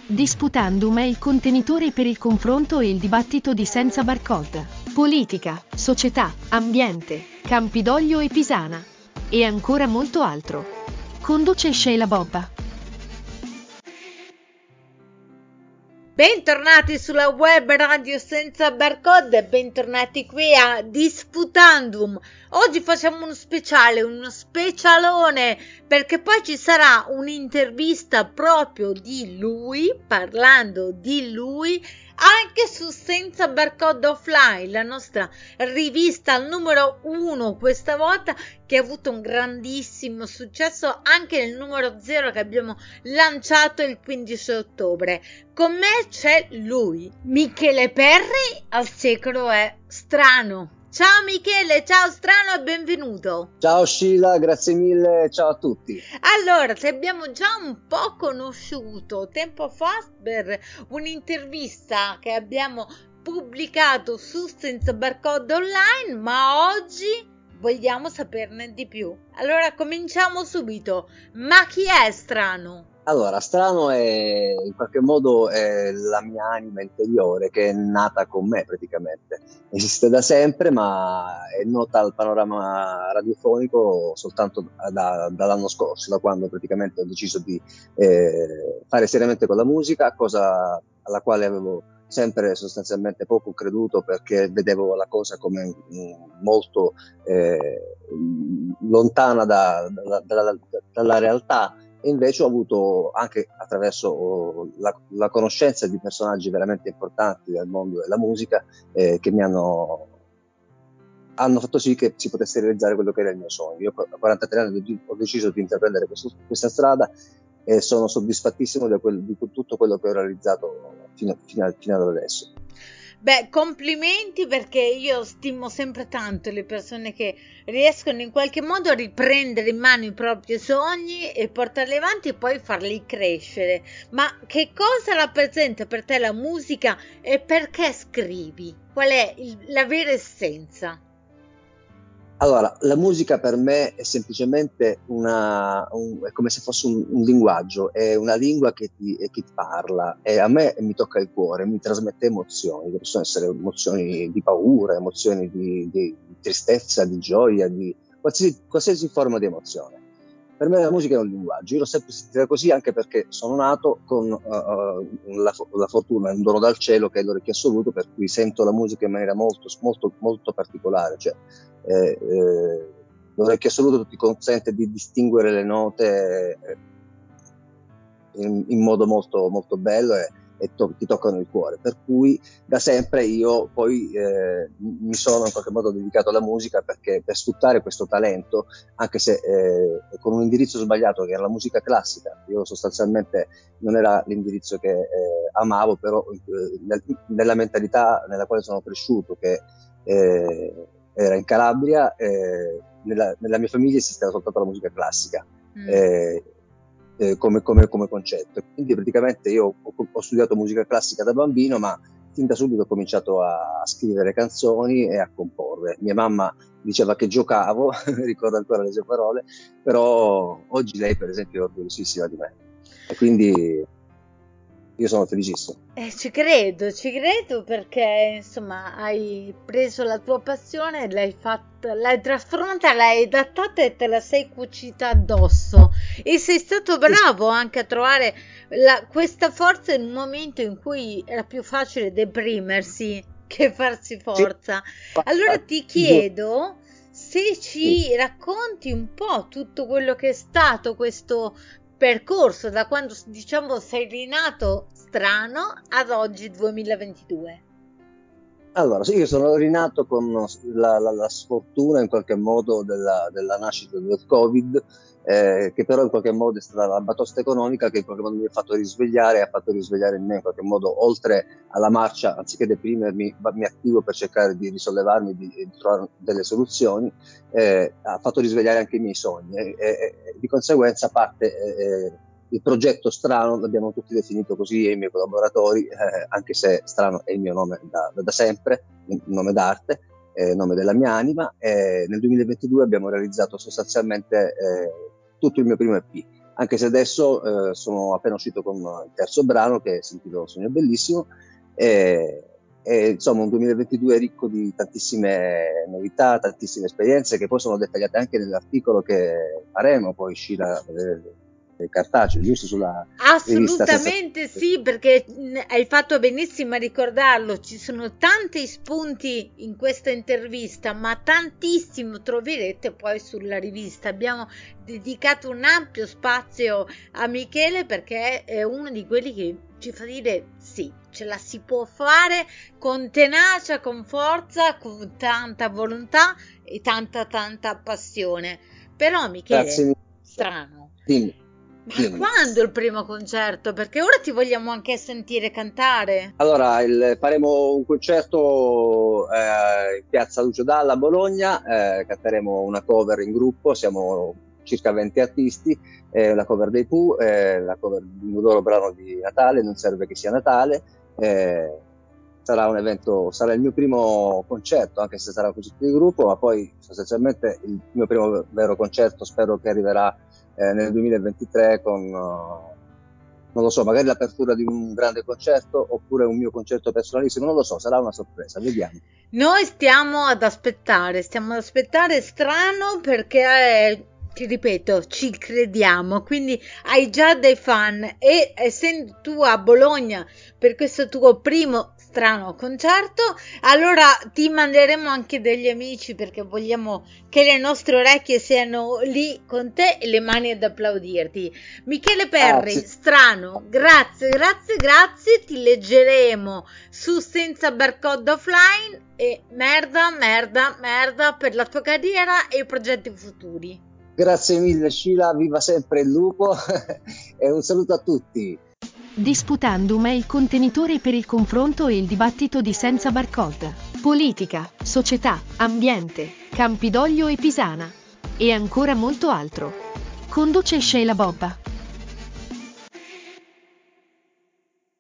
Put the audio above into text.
Disputandum è il contenitore per il confronto e il dibattito di Senza Barcode. Politica, società, ambiente, Campidoglio e Pisana. E ancora molto altro. Conduce Sheila Bobba. Bentornati sulla web radio Senza Barcode e bentornati qui a Disputandum. Oggi facciamo uno specialone, perché poi ci sarà un'intervista proprio di lui, parlando di lui, anche su Senza Barcode Offline, la nostra rivista numero 1 questa volta, che ha avuto un grandissimo successo anche nel numero 0 che abbiamo lanciato il 15 ottobre. Con me c'è lui, Michele Perri, al secolo è strano. Ciao Michele, ciao Strano e benvenuto. Ciao Sheila, grazie mille, ciao a tutti. Allora, ti abbiamo già un po' conosciuto tempo fa per un'intervista che abbiamo pubblicato su Senza Barcode Online, ma oggi vogliamo saperne di più. Allora cominciamo subito. Ma chi è Strano? Allora, Strano è in qualche modo la mia anima interiore che è nata con me praticamente. Esiste da sempre, ma è nota al panorama radiofonico soltanto dall'anno scorso, da quando praticamente ho deciso di fare seriamente con la musica, cosa alla quale avevo sempre sostanzialmente poco creduto, perché vedevo la cosa come molto lontana dalla realtà. E invece ho avuto anche attraverso la conoscenza di personaggi veramente importanti del mondo della musica che mi hanno fatto sì che si potesse realizzare quello che era il mio sogno. Io a 43 anni ho deciso di intraprendere questa strada e sono soddisfattissimo di tutto quello che ho realizzato fino ad adesso. Beh, complimenti, perché io stimo sempre tanto le persone che riescono in qualche modo a riprendere in mano i propri sogni e portarli avanti e poi farli crescere. Ma che cosa rappresenta per te la musica e perché scrivi? Qual è la vera essenza? Allora, la musica per me è semplicemente è come se fosse un linguaggio, è una lingua che ti parla, e a me mi tocca il cuore, mi trasmette emozioni, che possono essere emozioni di paura, emozioni di tristezza, di gioia, di qualsiasi forma di emozione. Per me la musica è un linguaggio, io l'ho sempre sentita così, anche perché sono nato con la fortuna, un dono dal cielo, che è l'orecchio assoluto, per cui sento la musica in maniera molto, molto, molto particolare. Cioè, l'orecchio assoluto ti consente di distinguere le note in modo molto, molto bello e ti toccano il cuore, per cui da sempre io poi mi sono in qualche modo dedicato alla musica, perché per sfruttare questo talento, anche se con un indirizzo sbagliato, che era la musica classica. Io sostanzialmente non era l'indirizzo che amavo, però nella mentalità nella quale sono cresciuto, che era in Calabria, nella mia famiglia esisteva soltanto la musica classica. Come concetto. Quindi praticamente io ho studiato musica classica da bambino, ma fin da subito ho cominciato a scrivere canzoni e a comporre. Mia mamma diceva che giocavo, ricordo ancora le sue parole, però oggi lei per esempio è orgogliosissima di me, e quindi io sono felicissimo. Ci credo, perché insomma hai preso la tua passione, l'hai trasformata, l'hai adattata e te la sei cucita addosso, e sei stato bravo anche a trovare questa forza in un momento in cui era più facile deprimersi che farsi forza. Allora ti chiedo se ci racconti un po' tutto quello che è stato questo percorso, da quando sei rinato Strano ad oggi 2022. Allora, sì, io sono rinato con la sfortuna in qualche modo della nascita del Covid, che però in qualche modo è stata la batosta economica che in qualche modo mi ha fatto risvegliare, e ha fatto risvegliare in me in qualche modo, oltre alla marcia, anziché deprimermi, mi attivo per cercare di risollevarmi, di trovare delle soluzioni, ha fatto risvegliare anche i miei sogni, e di conseguenza parte il progetto Strano, l'abbiamo tutti definito così, e i miei collaboratori, anche se Strano è il mio nome da sempre, un nome d'arte, nome della mia anima. Nel 2022 abbiamo realizzato sostanzialmente tutto il mio primo EP, anche se adesso sono appena uscito con il terzo brano che si intitola Sogno Bellissimo, e insomma un 2022 ricco di tantissime novità, tantissime esperienze che poi sono dettagliate anche nell'articolo che faremo, poi uscirà cartaceo, giusto, sulla rivista Assolutamente sì, perché hai fatto benissimo a ricordarlo, ci sono tanti spunti in questa intervista, ma tantissimo troverete poi sulla rivista. Abbiamo dedicato un ampio spazio a Michele perché è uno di quelli che ci fa dire sì, ce la si può fare con tenacia, con forza, con tanta volontà e tanta passione. Però Michele, strano. Dimmi. Ma quando il primo concerto? Perché ora ti vogliamo anche sentire cantare. Allora, faremo un concerto in Piazza Lucio Dalla a Bologna, canteremo una cover in gruppo, siamo circa 20 artisti, la cover dei Pooh, la cover di un loro brano di Natale, Non serve che sia Natale. Sarà un evento, sarà il mio primo concerto, anche se sarà un concerto di gruppo, ma poi sostanzialmente il mio primo vero concerto spero che arriverà nel 2023 con, non lo so, magari l'apertura di un grande concerto oppure un mio concerto personalissimo, non lo so, sarà una sorpresa, vediamo. Noi stiamo ad aspettare, strano perché ti ripeto, ci crediamo, quindi hai già dei fan e essendo tu a Bologna per questo tuo primo strano concerto, allora ti manderemo anche degli amici perché vogliamo che le nostre orecchie siano lì con te e le mani ad applaudirti. Michele Perri, strano, grazie, ti leggeremo su Senza Barcode Offline e merda per la tua carriera e i progetti futuri. Grazie mille Sheila, viva sempre il lupo e un saluto a tutti. Disputandum è il contenitore per il confronto e il dibattito di Senza Barcode. Politica, società, ambiente, Campidoglio e Pisana. E ancora molto altro. Conduce Sheila Bobba.